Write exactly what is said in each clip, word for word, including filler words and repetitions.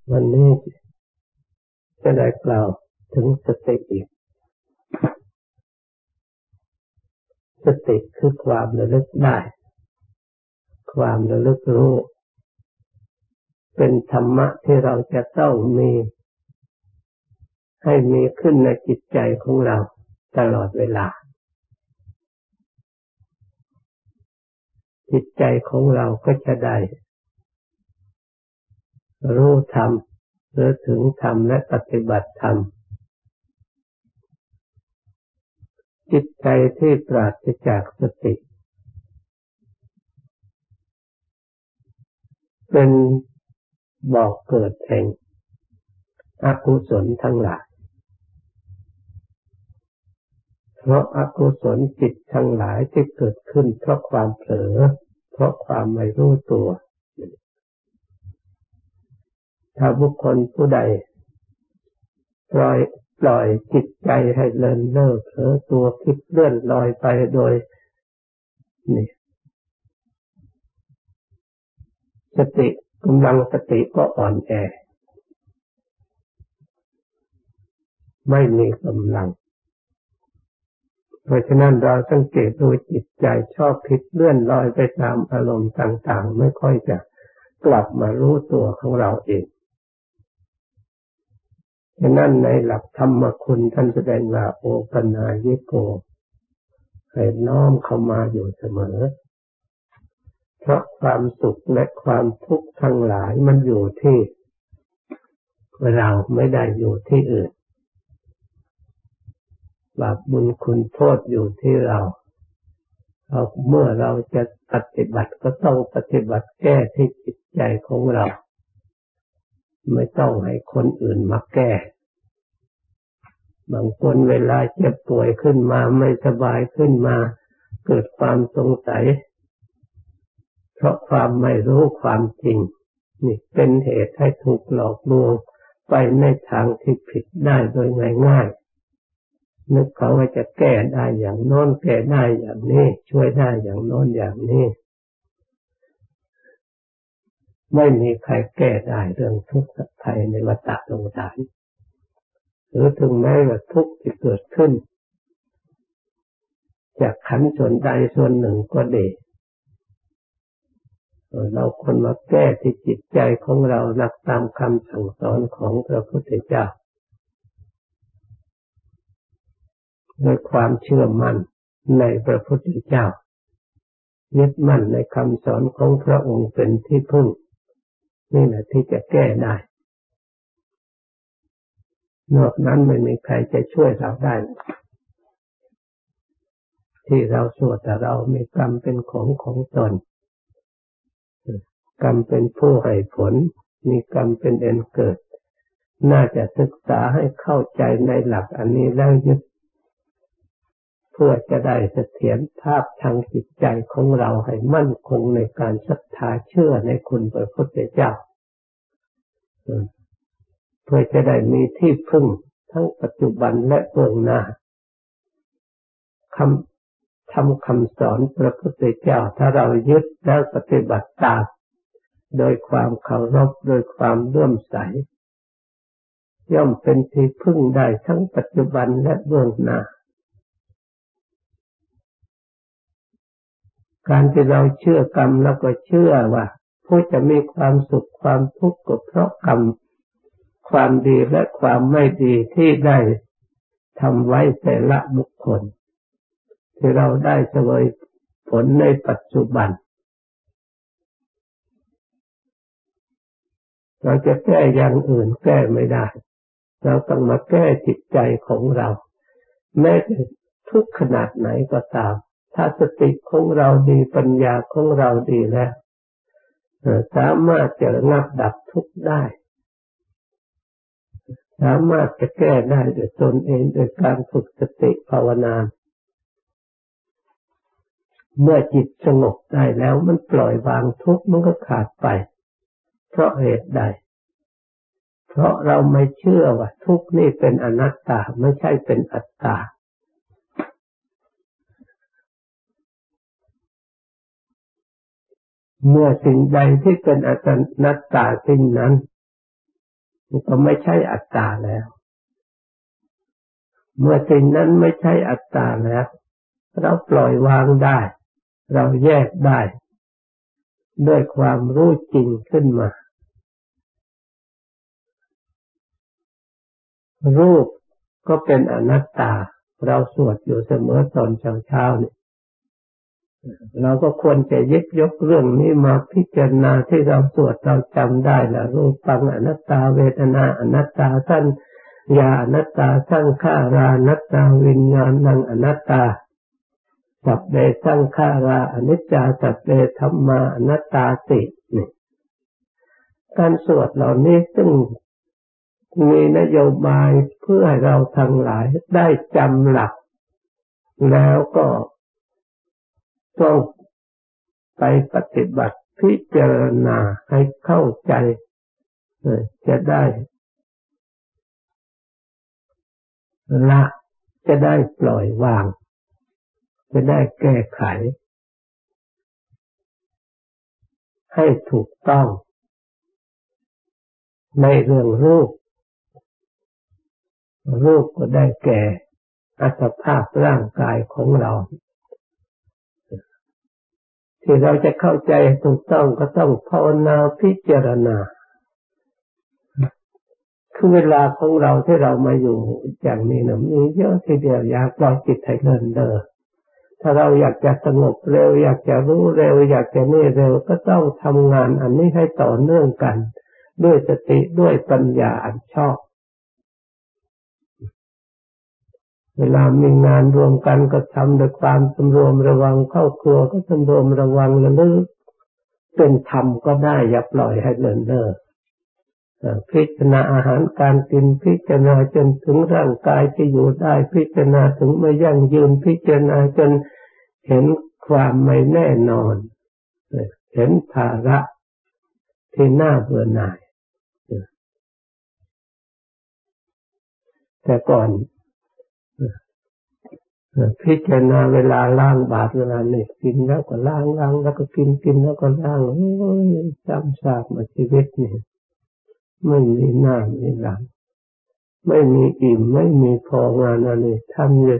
วันนี้จะได้กล่าวถึงสติอีกสติคือความระลึกได้ความระลึกรู้เป็นธรรมะที่เราจะต้องมีให้มีขึ้นในจิตใจของเราตลอดเวลาจิตใจของเราก็จะได้รู้ธรรมหรือถึงธรรมและปฏิบัติธรรมจิตใจที่ปราศจากสติเป็นบ่อกเกิดแห่งอกุศลทั้งหลายเพราะอกุศลจิตทั้งหลายที่เกิดขึ้นเพราะความเผลอเพราะความไม่รู้ตัวถ้าบุคคลผู้ใดปล่อยปล่อยจิตใจให้เลินเล่อเผลอตัวคิดเลื่อนลอยไปโดยนี่สติกำลังสติก็อ่อนแอไม่มีกำลังเพราะฉะนั้นเราสังเกตดูจิตใจชอบคิดเลื่อนลอยไปตามอารมณ์ต่างๆไม่ค่อยจะกลับมารู้ตัวของเราเองฉะนั้นในหลักธรรมคุณท่านแสดงว่าโอปัญญิโกให้น้อมเข้ามาอยู่เสมอเพราะความสุขและความทุกข์ทั้งหลายมันอยู่ที่เราไม่ได้อยู่ที่อื่นบาปบุญคุณโทษอยู่ที่เราเอาเมื่อเราจะปฏิบัติก็ต้องปฏิบัติแก้ที่จิตใจของเราไม่ต้องให้คนอื่นมาแก้บางคนเวลาเจ็บป่วยขึ้นมาไม่สบายขึ้นมาเกิดความสงสัยเพราะความไม่รู้ความจริงนี่เป็นเหตุให้ถูกหลอกลวงไปในทางที่ผิดได้โดยง่ายๆนึกเขาว่าจะแก้ได้อย่างโน้นแก้ได้อย่างนี้ช่วยได้อย่างโน้นอย่างนี้ไม่มีใครแก้ได้เรื่องทุกข์ภัยในวัฏสงสารหรือถึงแม้ว่าทุกข์ที่เกิดขึ้นจากขันธ์ส่วนใดส่วนหนึ่งก็ดีเราควรมาแก้ที่จิตใจของเราหลักตามคำสั่งสอนของพระพุทธเจ้าด้วยความเชื่อมั่นในพระพุทธเจ้ายึดมั่นในคำสอนของพระองค์เป็นที่พึ่งนี่แหละที่จะแก้ได้นอกนั้นไม่มีใครจะช่วยเราได้ที่เราชั่วแต่เรามีกรรมเป็นของของตนกรรมเป็นผู้ให้ผลมีกรรมเป็นเอ็นเกิดน่าจะศึกษาให้เข้าใจในหลักอันนี้แล้วยึดเพื่อจะได้เสถียรภาพทางจิตใจของเราให้มั่นคงในการศรัทธาเชื่อในคุณพระพุทธเจ้าเพื่อจะได้มีที่พึ่งทั้งปัจจุบันและเบื้องหน้าคำทำคำสอนพระพุทธเจ้าถ้าเรายึดแล้วปฏิบัติตามโดยความเคารพโดยความเลื่อมใสย่อมเป็นที่พึ่งได้ทั้งปัจจุบันและเบื้องหน้าการที่เราเชื่อกรรมแล้วก็เชื่อว่าผู้จะมีความสุขความทุกข์ก็เพราะกรรมความดีและความไม่ดีที่ได้ทำไว้แต่ละบุคคลที่เราได้เสวยผลในปัจจุบันเราจะแก้อย่างอื่นแก้ไม่ได้เราต้องมาแก้จิตใจของเราแม้จะทุกข์ขนาดไหนก็ตามถ้าสติของเราดีปัญญาของเราดีแล้วสามารถจะระงับดับทุกข์ได้สามารถจะแก้ได้ด้วยตนเองโดยการฝึกสติภาวนาเมื่อจิตสงบได้แล้วมันปล่อยวางทุกข์มันก็ขาดไปเพราะเหตุใดเพราะเราไม่เชื่อว่าทุกข์นี่เป็นอนัตตาไม่ใช่เป็นอัตตาเมื่อสิ่งใดที่เป็นอนัตตาสิ่งนั้นนี่ก็ไม่ใช่อัตตาแล้วเมื่อสิ่งนั้นไม่ใช่อัตตาแล้วเราปล่อยวางได้เราแยกได้ด้วยความรู้จริงขึ้นมารูปก็เป็นอนัตตาเราสวดอยู่เสมอตอนเช้าๆนี่เราก็ควรจะยึดยกเรื่องนี้มาพิจารณาที่เราสวดเราจำได้ละรูปังอนัตตาเวทนาอนัตตาสัญญาอนัตตาสังขารานัตตาวิญญาณังอนัตตาสัพเพสังขาราอนิจจาสัพเพธัมมาอนัตตาตินี่การสวดเหล่านี้ซึ่งมีนโยบายเพื่อให้เราทั้งหลายได้จำหลักแล้วก็ต้องไปปฏิบัติพิจารณาให้เข้าใจจะได้ละจะได้ปล่อยวางจะได้แก้ไขให้ถูกต้องในเรื่องรูปรูปก็ได้แก่อัตภาพร่างกายของเราที่เราจะเข้าใจถูกต้องก็ต้องภาวนาพิจารณาคือเวลาของเราที่เรามาอยู่อย่างนี้นะมีเยอะทีเดียวอยากปล่อยจิตให้เลินเล่อถ้าเราอยากจะสงบเร็วอยากจะรู้เร็วอยากจะนี่เร็วก็ต้องทำงานอันนี้ให้ต่อเนื่องกันด้วยสติด้วยปัญญาอันชอบเวลามีงานรวมกันก็ทำด้วยความสำรวมระวังครอบครัวก็สำรวมระวังระลึกเป็นธรรมก็ได้อย่าปล่อยให้เลินเล่อพิจารณาอาหารการกินพิจารณาจนถึงร่างกายที่อยู่ได้พิจารณาถึงไม่ยั่งยืนพิจารณาจนเห็นความไม่แน่นอนเห็นภาระที่น่าเบื่อหน่ายแต่ก่อนพิจารณาเวลาล้างบาตรเวลาเนี่ยกินแล้วก็ล้างล้างแล้วก็กินกินแล้วก็ล้างโอ้ยจำซากมาชีวิตนี่ไม่มีหน้ามีหลังไม่มีอิ่มไม่มีพองานอะไรทำเยอะ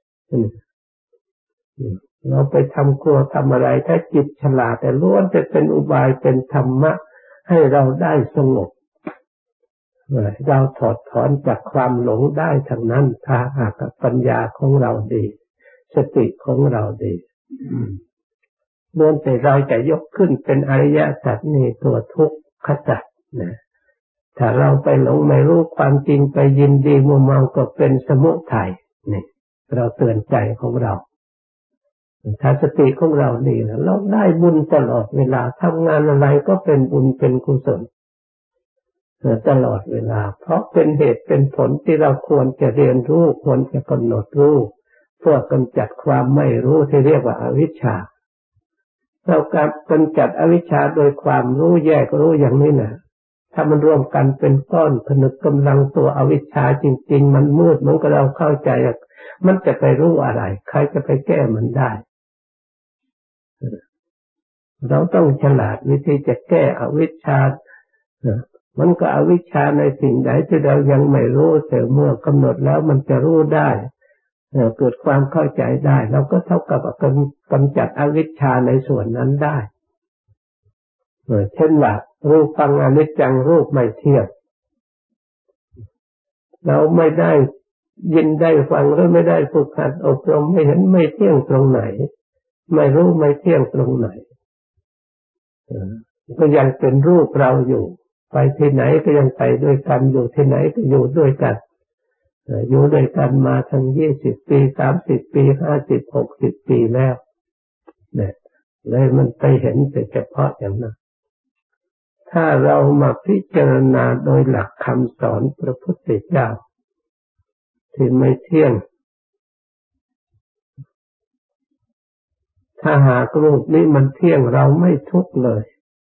เราไปทำครัวทำอะไรถ้าจิตฉลาดแต่ล้วนจะเป็นอุบายเป็นธรรมะให้เราได้สงบเราถอดถอนจากความหลงได้ทั้งนั้นถ้าหากปัญญาของเราดีสติของเราดีล้วนแต่เราจะยกขึ้นเป็นอริยสัจนี่ตัวทุกข์ขจัดนะถ้าเราไปหลงไม่รู้ความจริงไปยินดีมัวเมาก็เป็นสมุทัยนี่เราเตือนใจของเราถ้าสติของเราดีแล้วเราได้บุญตลอดเวลาทำงานอะไรก็เป็นบุญเป็นกุศลตลอดเวลาเพราะเป็นเหตุเป็นผลที่เราควรจะเรียนรู้ควรจะกำหนดรู้เพื่อกำจัดความไม่รู้ที่เรียกว่าอวิชชาเราการกำจัดอวิชชาโดยความรู้แยกรู้อย่างนี้นะถ้ามันรวมกันเป็นก้อนผนึกกำลังตัวอวิชชาจริงๆมันมืดเหมือนกับเราเข้าใจมันจะไปรู้อะไรใครจะไปแก้มันได้เราต้องฉลาดวิธีจะแก้อวิชชามันก็อวิชชาในสิ่งใดที่เรายังไม่รู้แต่เมื่อกำหนดแล้วมันจะรู้ได้เกิดความเข้าใจได้เราก็เท่ากับกำจัดอวิชชาในส่วนนั้นได้เช่นว่ารูปฟังอนิจจังรูปไม่เที่ยงเราไม่ได้ยินได้ฟังหรือไม่ได้ฝึกหัดอบรมไม่เห็นไม่เที่ยงตรงไหนไม่รู้ไม่เที่ยงตรงไหนก็ยังเป็นรูปเราอยู่ไปที่ไหนก็ยังไปด้วยกันอยู่ที่ไหนก็อยู่ด้วยกันอยู่ด้วยกันมาทั้งยี่สิบปีสามสิบปีห้าสิบหกสิบปีแล้วเนี่ยเลยมันไปเห็นแต่เฉพาะอย่างนั้นถ้าเรามาพิจารณาโดยหลักคำสอนพระพุทธเจ้าที่ไม่เที่ยงถ้าหากรูปนี้มันเที่ยงเราไม่ทุกข์เลย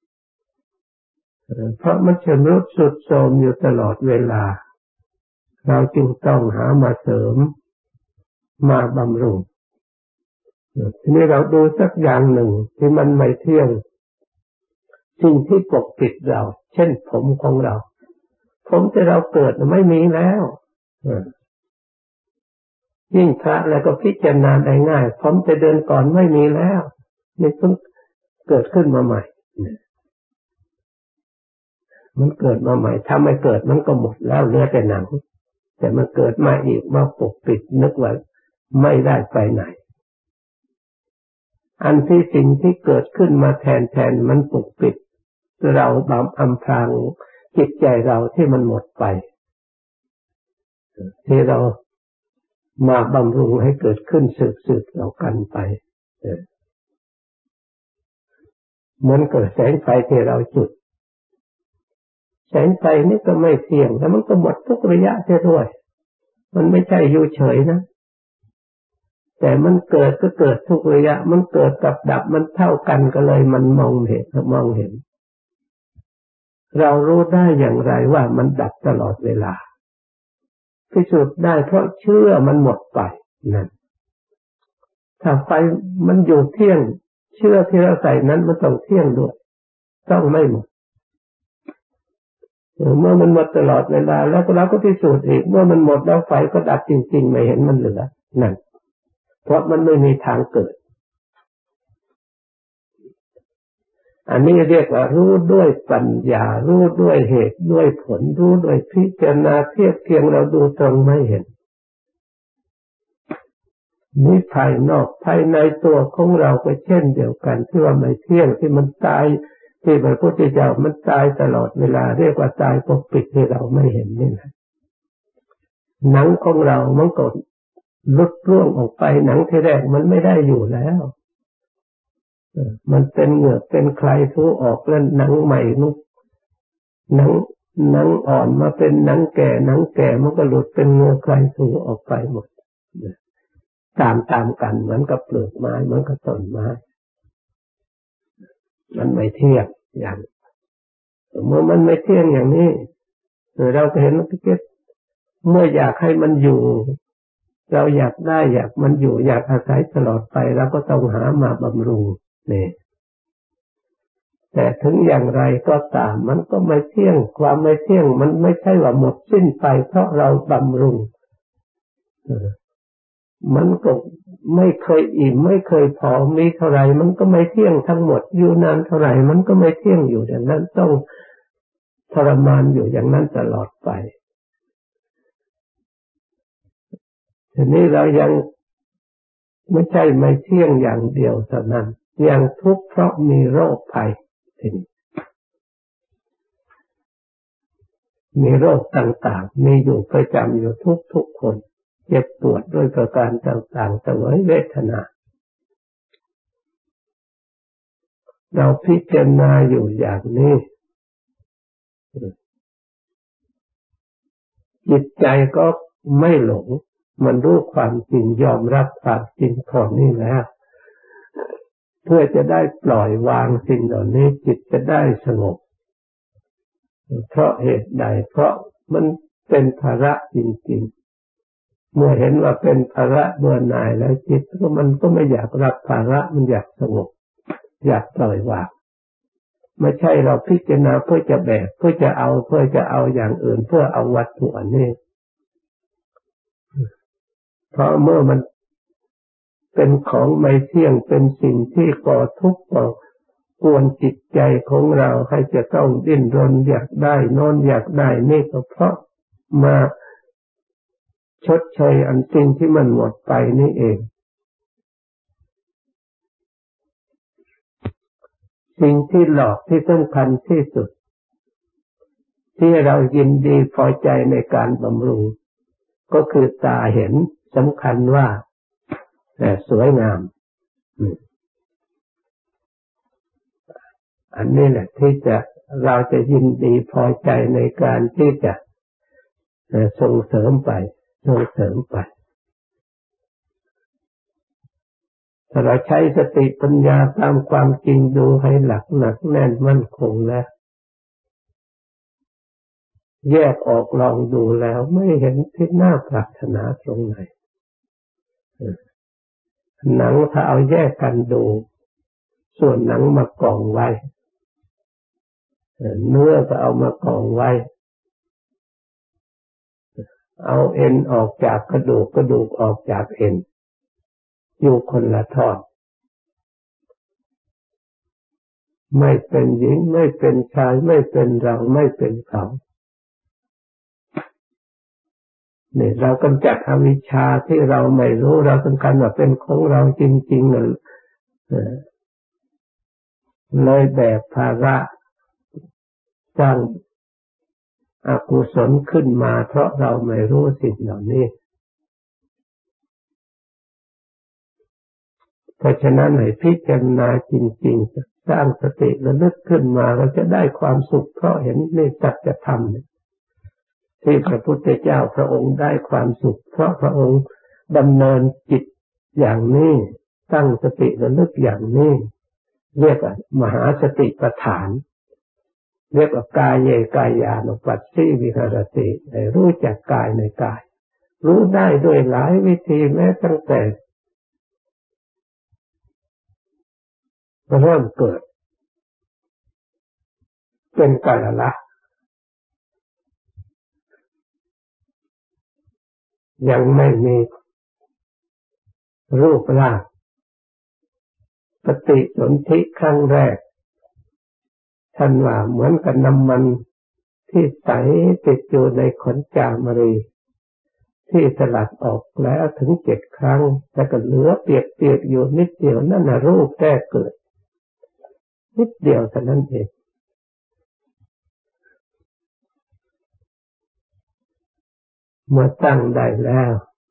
เพราะมันชำรุดทรุดโทรมอยู่ตลอดเวลาเราจึงต้องหามาเสริมมาบำรุงทีนี้เราดูสักอย่างหนึ่งที่มันไม่เที่ยงสิ่งที่ปกปิดเราเช่นผมของเราผผมที่เราเกิดไม่มีแล้วยิ่งพระแล้วก็พิจารณาได้ง่ายผมแต่เดือนก่อนไม่มีแล้วนี่เพิ่งเกิดขึ้นมาใหม่มันเกิดมาใหม่ถ้าไม่เกิดมันก็หมดแล้วเหลือแต่หนังแต่มันเกิดมาอีกมาปกปิดนึกว่าไม่ได้ไปไหนอันที่สิ่งที่เกิดขึ้นมาแทนแทนมันปกปิดเราบำอำพรางจิตใจเราที่มันหมดไปที่เรามาบำรุงให้เกิดขึ้นสืบๆต่อกันไปเหมือนเกิดแสงไฟที่เราจุดแสงไฟนี่ก็ไม่เที่ยงแล้วมันก็หมดทุกระยะเสียด้วยมันไม่ใช่อยู่เฉยนะแต่มันเกิดก็เกิดทุกระยะมันเกิดกับดับมันเท่ากันก็เลยมันมองเห็นมองเห็นเรารู้ได้อย่างไรว่ามันดับตลอดเวลาพิสูจน์ได้เพราะเชื่อมันหมดไปนั่นถ้าไฟมันอยู่เที่ยงเชื่อที่เราใส่นั้นมันต้องเที่ยงด้วยต้องไม่หมดเมื่อมันหมดตลอดเวลาแล้วเราก็พิสูจน์อีกเมื่อมันหมดแล้วไฟก็ดับจริงๆไม่เห็นมันเหลือนั่นเพราะมันไม่มีทางเกิดอันนี้เรียกว่ารู้ด้วยปัญญารู้ด้วยเหตุด้วยผลรู้ด้วยพิจารณาเทียบเทียงเราดูตรงไม่เห็นนี่ภายนอกภายในตัวของเราก็เช่นเดียวกันที่ว่าไม่เที่ยงที่มันตายที่พระพุทธเจ้ามันตายตลอดเวลาเรียกว่าตายปกปิดที่เราไม่เห็นนี่แหละหนังของเรามันก็ลุดร่วงออกไปหนังที่แรกมันไม่ได้อยู่แล้วมันเป็นเหงือกเป็นใครทูออกแล้วหนังใหม่นุกหนังหนังอ่อนมาเป็นหนังแก่หนังแก่มันก็หลุดเป็นเหงือกใครทูออกไปหมดตามตามกันเหมือนกับเปลือกไม้เหมือนกับต้นไม้มันไม่เที่ยงอย่างเมื่อมันไม่เที่ยงอย่างนี้เราก็เห็นว่าเกิดเมื่ออยากให้มันอยู่เราอยากได้อยากมันอยู่อยากอาศัยตลอดไปเราก็ต้องหามาบำรุงนี่แต่ถึงอย่างไรก็ตามมันก็ไม่เที่ยงความไม่เที่ยงมันไม่ใช่ว่าหมดสิ้นไปเพราะเราบำรุงมันก็ไม่เคยอิ่มไม่เคยพอมีเท่าไหร่มันก็ไม่เที่ยงทั้งหมดอยู่นานเท่าไหร่มันก็ไม่เที่ยงอยู่อย่างนั้นต้องทรมานอยู่อย่างนั้นตลอดไปทีนี้เรายังไม่ใช่ไม่เที่ยงอย่างเดียวเท่านั้นยังทุกข์เพราะมีโรคภัยทีนี้มีโรคต่างๆมีอยู่ประจำอยู่ทุกๆคนเจ็บปวดด้วยประการต่างๆเสวยเวทนาเราพิจารณาอยู่อย่างนี้จิตใจก็ไม่หลงมันรู้ความจริงยอมรับความจริงของนี้แล้วเพื่อจะได้ปล่อยวางสิ่งเหล่านี้จิตจะได้สงบเพราะเหตุใดเพราะมันเป็นภาระจริงๆเมื่อเห็นว่าเป็นภาระเบื่อหน่ายแล้วจิตก็มันก็ไม่อยากรับภาระมันอยากสงบอยากปล่อยวางไม่ใช่เราพิจารณาเพื่อจะแบกเพื่อจะเอาเพื่อจะเอาอย่างอื่นเพื่อเอาวัตถุอันนี้เพราะเมื่อมันเป็นของไม่เที่ยงเป็นสิ่งที่ก่อทุกข์ก่อกวนจิตใจของเราให้จะต้องดิ้นรนอยากได้นอนอยากได้นี่ก็เพราะมาชดเชยอันสิ่งที่มันหมดไปนี่เองสิ่งที่หลอกที่สำคัญที่สุดที่เรายินดีพอใจในการบำรุงก็คือตาเห็นสำคัญว่าสวยงามอันนี้แหละที่จะเราจะยินดีพอใจในการที่จะส่งเสริมไปส่งเสริมไปถ้าเราใช้สติปัญญาตามความจริงดูให้หลักหนักแน่นมั่นคงแล้วแยกออกลองดูแล้วไม่เห็นที่น่าปรารถนาตรงไหนหนังถ้าเอาแยกกันดูส่วนหนังมากองไว้เนื้อก็เอามากองไว้เอาเอ็นออกจากกระดูกกระดูกออกจากเอ็นอยู่คนละทอดไม่เป็นหญิงไม่เป็นชายไม่เป็นเราไม่เป็นเขาเนี่ยเรากำจัดอวิชชาที่เราไม่รู้เราสำคัญว่าเป็นของเราจริงๆเลยเลยแบกภาระสร้างอกุศลขึ้นมาเพราะเราไม่รู้สิ่งเหล่านี้เพราะฉะนั้นให้พิจารณาจริงๆสร้างสติระลึกขึ้นมาเราจะได้ความสุขเพราะเห็นในสัจธรรมที่พระพุทธเจ้าพระองค์ได้ความสุขเพราะพระองค์ดำเนินจิตอย่างนี้ตั้งสติระลึกอย่างนี้เรียกว่ามหาสติปัฏฐานเรียกว่ากายเยกายานุปัสสิวิหารติให้รู้จักกายในกายรู้ได้ด้วยหลายวิธีแม้ตั้งแต่เริ่มเกิดเป็นกาลละยังไม่มีรูปร่างปฏิสนธิครั้งแรกท่านว่าเหมือนกับน้ำมันที่ใสติดอยู่ในขนจามรีที่สลัดออกแล้วถึงเจ็ดครั้งแล้วก็เหลือเปียกๆอยู่นิดเดียวนั่นน่ะรูปแรกเกิดนิดเดียวเท่านั้นเองเมื่อตั้งได้แล้ว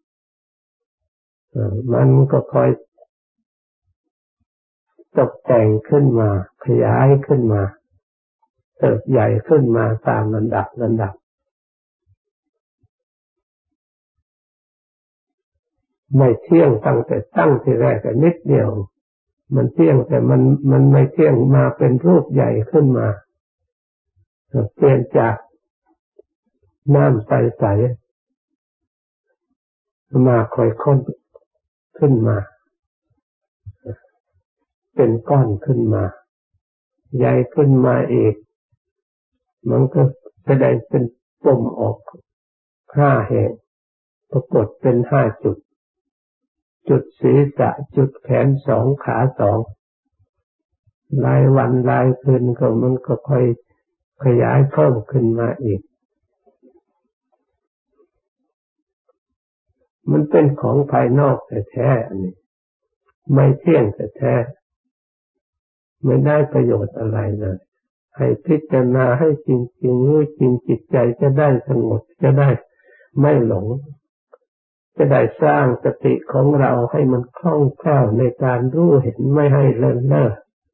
มันก็ค่อยตกแต่งขึ้นมาขยายขึ้นมาเติบใหญ่ขึ้นมาตามลำดับลำดับไม่เที่ยงตั้งแต่ตั้งทีแรกแต่นิดเดียวมันเที่ยงแต่มันมันไม่เที่ยงมาเป็นรูปใหญ่ขึ้นมาเปลี่ยนจากน้ำใสๆมาค่อยข้นขึ้นมาเป็นก้อนขึ้นมาใหญ่ขึ้นมาอีกมันก็แสดงเป็นปุ่มออกห้าแห่งปรากฏเป็นห้าจุดจุดศีรษะจุดแขนสองขาสองรายวันรายคืนก็มันก็ค่อยขยายเพิ่มขึ้นมาอีกมันเป็นของภายนอกแท้ๆอันนี้ไม่เที่ยงแท้ๆไม่ได้ประโยชน์อะไรเลยให้พิจารณาให้จริงๆรู้จริงจิตใจจะได้สงบจะได้ไม่หลงจะได้สร้างสติของเราให้มันคล่องแคล่วในการรู้เห็นไม่ให้เลินเล่อ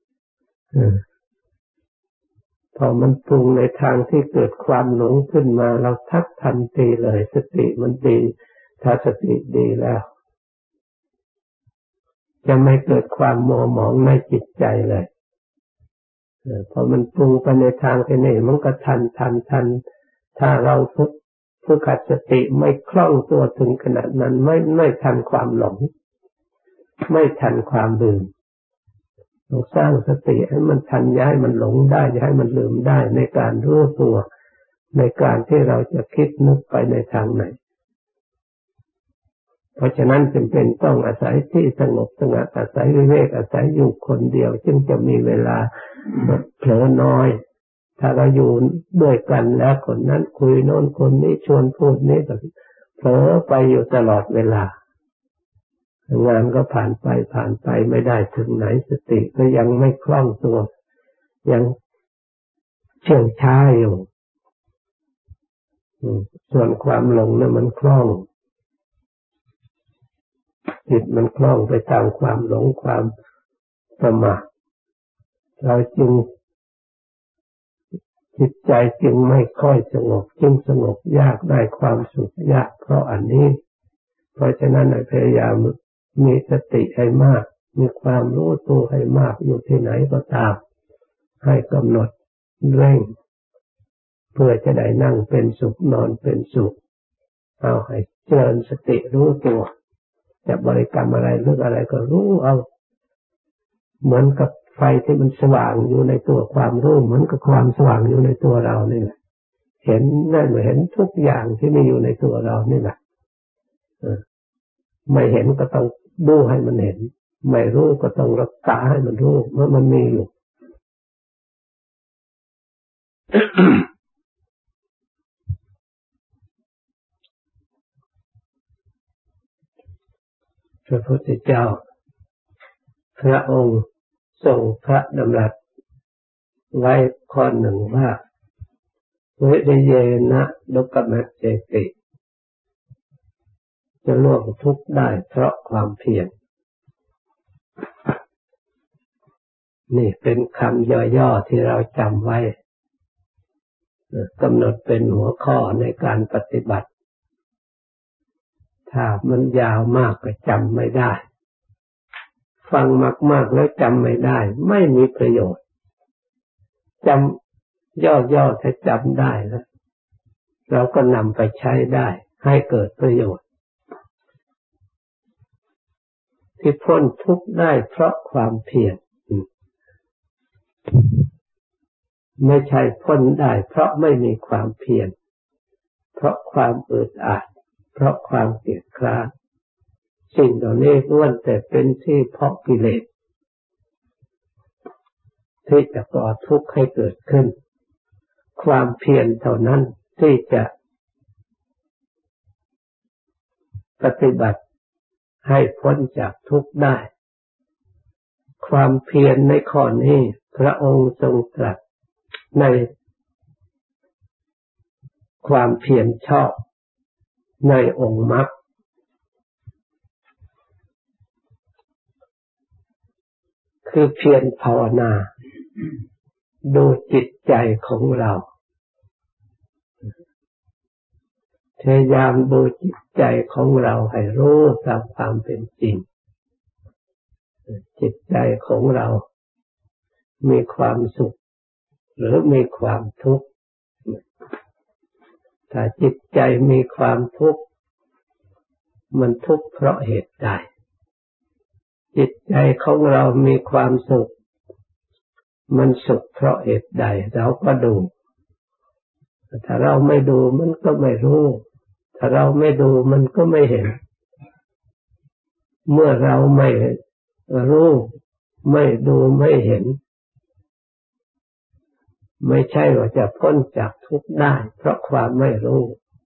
พอมันปรุงในทางที่เกิดความหลงขึ้นมาเราทักทันทีเลยสติมันดีถ้าสติดีแล้วจะไม่เกิดความมัวหมองในจิตใจเลยพอมันปรุงไปในทางไปนี่มันก็ทันทันทันถ้าเราฝึกฝึกขัดสติไม่คล่องตัวถึงขนาดนั้นไม่ไม่ทันความหลงไม่ทันความลืมต้องสร้างสติให้มันทันย้ายมันหลงได้ย้ายมันลืมได้ในการรู้ตัวในการที่เราจะคิดนึกไปในทางไหนเพราะฉะนั้นจึงเป็นต้องอาศัยที่สงบสงัดอาศัยวิเวกอาศัยอยู่คนเดียวจึงจะมีเวลาเผลอน้อยถ้าเราอยู่ด้วยกันแล้วคนนั้นคุยโน่นคนนี้ชวนพูดนี้แบบเผลอไปอยู่ตลอดเวลางานก็ผ่านไปผ่านไปไม่ได้ถึงไหนสติก็ยังไม่คล่องตัวยังเชื่องช้าอยู่ส่วนความหลงนั้นมันคล่องจิตมันคล่องไปตามความหลงความประมาทเราจึงจิตใจจึงไม่ค่อยสงบจึงสงบยากได้ความสุขยากเพราะอันนี้เพราะฉะนั้นพยายามมีสติให้มากมีความรู้ตัวให้มากอยู่ที่ไหนก็ตามให้กำหนดเร่งเพื่อจะได้นั่งเป็นสุขนอนเป็นสุขเอาให้เจริญสติรู้ตัวจะบริกรรมอะไรหรืออะไรก็รู้เอาเหมือนกับไฟที่มันสว่างอยู่ในตัวความรู้เหมือนกับความสว่างอยู่ในตัวเรานี่แหละเห็นนั่นเห็นทุกอย่างที่มีอยู่ในตัวเรานี่แหละไม่เห็นก็ต้องดูให้มันเห็นไม่รู้ก็ต้องรักษาให้มันรู้เมื่อมันมีอยู่ พระพุทธเจ้าพระองค์ทรงพระดำรัสไว้ข้อหนึ่งว่าวิริเยนะดุกขมัจเจติจะล่วงทุกข์ได้เพราะความเพียรนี่เป็นคำย่อๆที่เราจำไว้กำหนดเป็นหัวข้อในการปฏิบัติถ้ามันยาวมากก็จำไม่ได้ฟังมากๆแล้วจำไม่ได้ไม่มีประโยชน์จำย่อๆถ้าจำได้แล้วเราก็นำไปใช้ได้ให้เกิดประโยชน์ที่พ้นทุกข์ได้เพราะความเพียรไม่ใช่พ้นได้เพราะไม่มีความเพียรเพราะความอึดอัดเพราะความเกียจคร้านสิ่งเหล่านี้ล้วนแต่เป็นที่เพาะกิเลสที่จะก่อทุกข์ให้เกิดขึ้นความเพียรเท่านั้นที่จะปฏิบัติให้พ้นจากทุกข์ได้ความเพียรในข้อนี้พระองค์ทรงตรัสในความเพียรชอบในองค์มรรคคือเพียรภาวนาดูจิตใจของเราพยายามดูจิตใจของเราให้รู้ตามความเป็นจริงจิตใจของเรามีความสุขหรือมีความทุกข์ถ้าจิตใจมีความทุกข์มันทุกข์เพราะเหตุใดจิตใจของเรามีความสุขมันสุขเพราะเหตุใดเราก็ดูถ้าเราไม่ดูมันก็ไม่รู้ถ้าเราไม่ดูมันก็ไม่เห็นเมื่อเราไม่รู้ไม่ดูไม่เห็นไม่ใช่ว่าจะพ้นจากทุกข์ได้เพราะความไม่รู้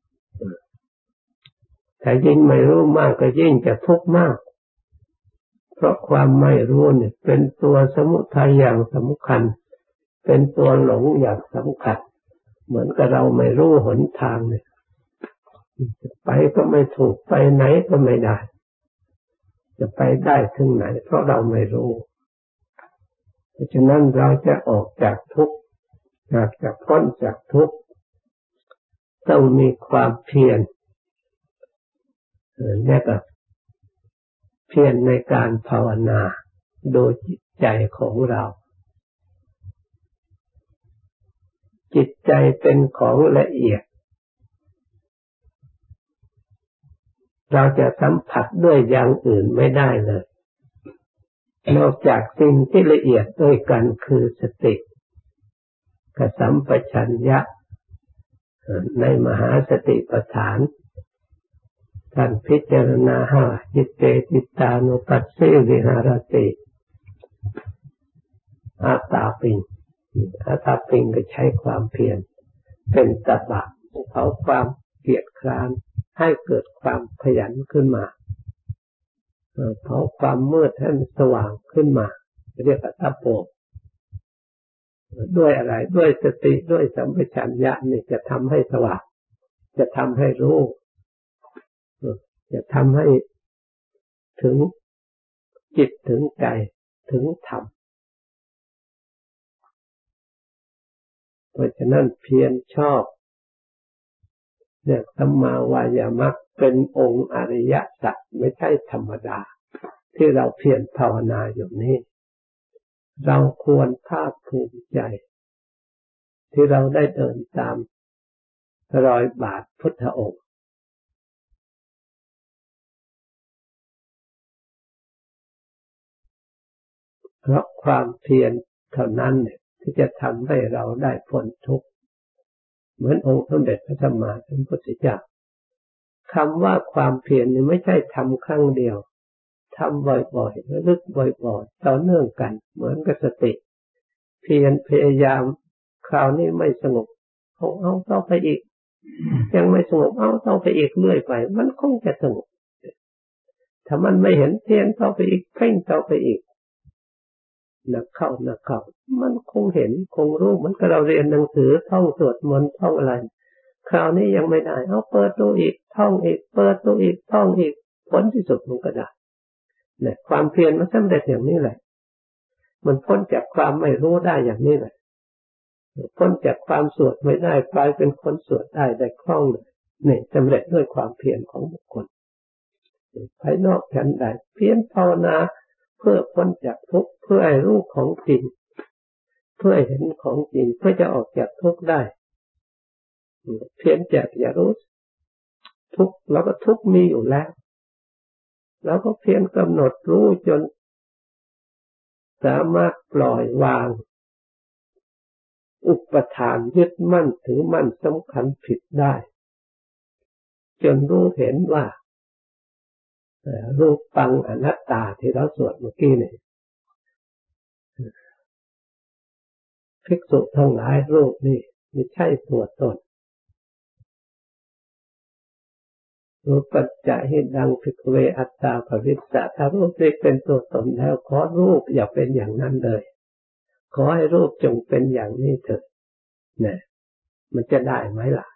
ถ้ายิ่งไม่รู้มากก็ยิ่งจะทุกข์มากเพราะความไม่รู้เนี่ยเป็นตัวสมุทัยอย่างสำคัญเป็นตัวหลงอย่างสำคัญเหมือนกับเราไม่รู้หนทางเนี่ยไปก็ไม่ถูกไปไหนก็ไม่ได้จะไปได้ถึงไหนเพราะเราไม่รู้เพราะฉะนั้นเราจะออกจากทุกข์อยากจะพ้นจากทุกข์ต้องมีความเพียรและก็เพียรในการภาวนาโดยจิตใจของเราจิตใจเป็นของละเอียดเราจะสัมผัสด้วยอย่างอื่นไม่ได้เลยนอกจากสิ่งที่ละเอียดด้วยกันคือสติกับสัมปชัญญะในมหาสติปัฏฐานท่านพิจารณาห้าจิตเตจิตตานุปัสสิวิหารติอาตาปิงอาตาปิงก็ใช้ความเพียรเป็นตบะเผาความเกียจคร้านให้เกิดความขยันขึ้นมาเผาความมืดให้สว่างขึ้นมาเรียกว่าตัปโปด้วยอะไรด้วยสติด้วยสัมปชัญญะนี่จะทำให้สว่างจะทำให้รู้จะทำให้ถึงจิตถึงใจถึงธรรมเพราะฉะนั้นเพียรชอบเรียกสัมมาวายามะเป็นองค์อริยสัจไม่ใช่ธรรมดาที่เราเพียรภาวนาอยู่นี้เราควรภาคภูมิใจที่เราได้เดินตามรอยบาทพุทธองค์เพราะความเพียรเท่านั้นที่จะทำให้เราได้พ้นทุกข์เหมือนองค์สมเด็จพระสัมมาสัมพุทธเจ้าคำว่าความเพียรนี่ไม่ใช่ทำครั้งเดียวทำบ่อยๆระลึกบ่อยๆต่อเนื่องกันเหมือนกับสติเพียรพยายามคราวนี้ไม่สงบเอาเอาต่อไปอีกยังไม่สงบเอาต่อไปอีกเรื่อยไปมันคงจะสงบถ้ามันไม่เห็นเพียรต่อไปอีกเพ่งต่อไปอีกนักเข้านักเข้ามันคงเห็นคงรู้มันก็เราเรียนหนังสือท่องสวดมนต์ท่องอะไรคราวนี้ยังไม่ได้เอาเปิดดูอีกท่องอีกเปิดดูอีกท่องอีกผลที่สุดมันก็ได้เนี่ยความเพียรมันสำเร็จอย่างนี้แหละมันพ้นจากความไม่รู้ได้อย่างนี้แหละพ้นจากความสวดไม่ได้กลายเป็นคนสวดได้ได้คล่องเลยนี่สำเร็จด้วยความเพียรของบุคคลภายนอกฉันใดเพียรภาวนาเพื่อพ้นจากทุกข์เพื่อให้รู้ของจริงเพื่อเห็นของจริงเพื่อจะออกจากทุกข์ได้เพียรจะอย่ารู้ทุกข์แล้วก็ทุกข์มีอยู่แล้วแล้วก็เพียรกำหนดรู้จนสามารถปล่อยวางอุปทานยึดมั่นถือมั่นสำคัญผิดได้จนรู้เห็นว่ารูปปังอนัตตาที่เราสวดเมื่อกี้นี่ภิกษุทั้งหลายรูปนี่ไม่ใช่ตัวตนรูปปัจจะหิดังภิกขเวอัตตาภวิสสะถ้ารูปนี้เป็นตัวตนแล้วขอรูปอย่าเป็นอย่างนั้นเลยขอให้รูปจงเป็นอย่างนี้เถิดเนี่ยมันจะได้ไหมล่ะ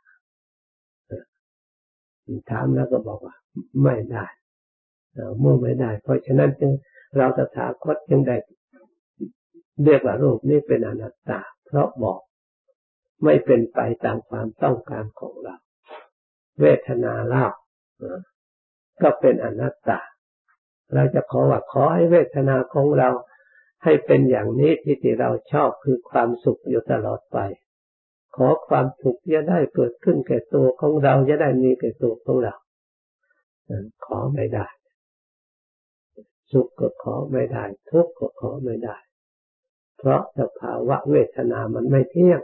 ถามแล้วก็บอกว่าไม่ได้เมื่อไม่ได้เพราะฉะนั้นจึงเราตถาคตจึงได้เรียกว่ารูปนี้เป็นอนัตตาเพราะบอกไม่เป็นไปตามความต้องการของเราเวทนาเล่าก็เป็นอนัตตาเราจะขอว่าขอให้เวทนาของเราให้เป็นอย่างนี้ที่ที่เราชอบคือความสุขอยู่ตลอดไปขอความสุขจะได้เกิดขึ้นแก่ตัวของเราจะได้มีแก่ตัวของเราขอไม่ได้สุขก็ขอไม่ได้ทุกข์ก็ขอไม่ได้เพราะสภาวะเวทนามันไม่เที่ยง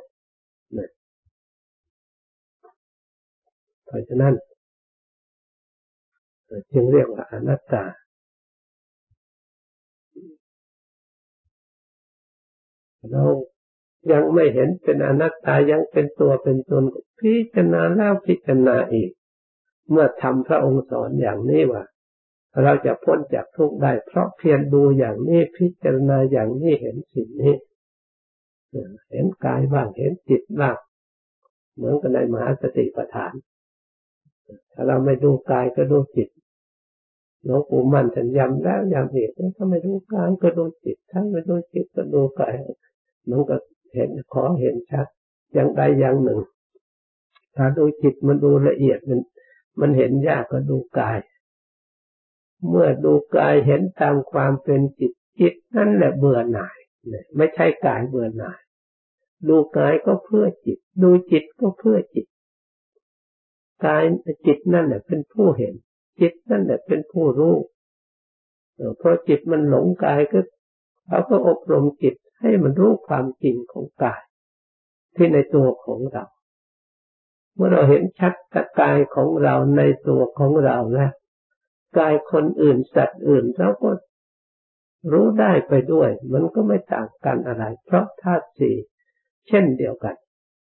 เพราะฉะนั้นจึงเรียกว่าอนัตตาเรายังไม่เห็นเป็นอนัตตายังเป็นตัวเป็นตนพิจารณาแล้วพิจารณาอีกเมื่อทำพระองค์สอนอย่างนี้ว่าเราจะพ้นจากทุกข์ได้เพราะเพียรดูอย่างนี้พิจารณาอย่างนี้เห็นสิ่งนี้เห็นกายบ้างเห็นจิตบ้างเหมือนกันในมหาสติปัฏฐานถ้าเราไม่ดูกายก็ดูจิตหลวงปู่มั่นท่านย้ำแล้วย้ำอีกถ้าไม่ดูกายก็ดูจิตถ้าไม่ดูจิตก็ดูกายมันก็เห็นขอเห็นชัดอย่างใดอย่างหนึ่งถ้าดูจิตมันดูละเอียดมันมันเห็นยากก็ดูกายเมื่อดูกายเห็นตามความเป็นจิตจิตนั่นแหละเบื่อหน่ายไม่ใช่กายเบื่อหน่ายดูกายก็เพื่อจิตดูจิตก็เพื่อจิตกายจิตนั่นแหละเป็นผู้เห็นจิตนั่นแหละเป็นผู้รู้เพราะจิตมันหลงกายก็เราก็อบรมจิตให้มันรู้ความจริงของกายที่ในตัวของเราเมื่อเราเห็นชัดกับกายของเราในตัวของเราแล้วกายคนอื่นสัตว์อื่นเราก็รู้ได้ไปด้วยมันก็ไม่ต่างกันอะไรเพราะธาตุสี่เช่นเดียวกัน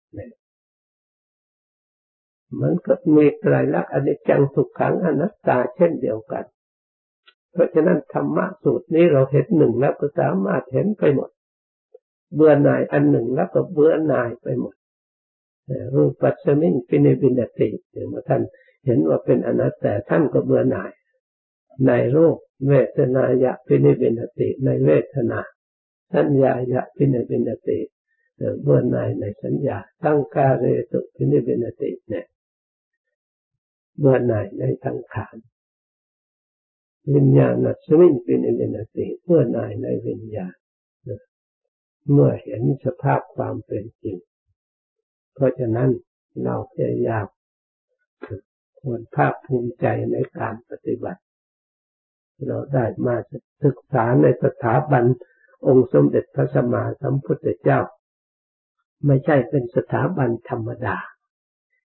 มันก็มีไตรลักษณ์อนิจจังทุกขังอนัตตาเช่นเดียวกันเพราะฉะนั้นธรรมะสูตรนี้เราเห็นหนึ่งแล้วก็สามารถเห็นไปหมดเบื่อหน่ายอันหนึ่งแล้วก็เบื่อหน่ายไปหมดรูปัสสมิงปินิบินติเมื่อท่านเห็นว่าเป็นอนัตตาท่านก็เบื่อหน่ายในรูปเวทนายะปินิบินติในเวทนาสัญญายะปินิบินติเบื่อหน่ายในสัญญาสังขารเรตุปินิบินติเนี่ยเบื่อหน่ายในสังขารวิญญาณัสสมิงปินิบินติเบื่อหน่ายในวิญญาณเมื่อเห็นสภาพความเป็นจริงเพราะฉะนั้นเราพยายามควรภาคภูมิใจในการปฏิบัติเราได้มาศึกษาในสถาบันองค์สมเด็จพระสัมมาสัมพุทธเจ้าไม่ใช่เป็นสถาบันธรรมดา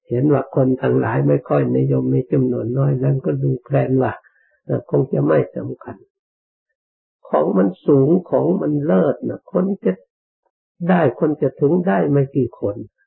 เห็นว่าคนทั้งหลายไม่ค่อยนิยมมีจำนวนน้อยนั้นก็ดูแคลนว่าคงจะไม่สำคัญของมันสูงของมันเลิศนะคนจะได้คนจะถึงได้ไม่กี่คน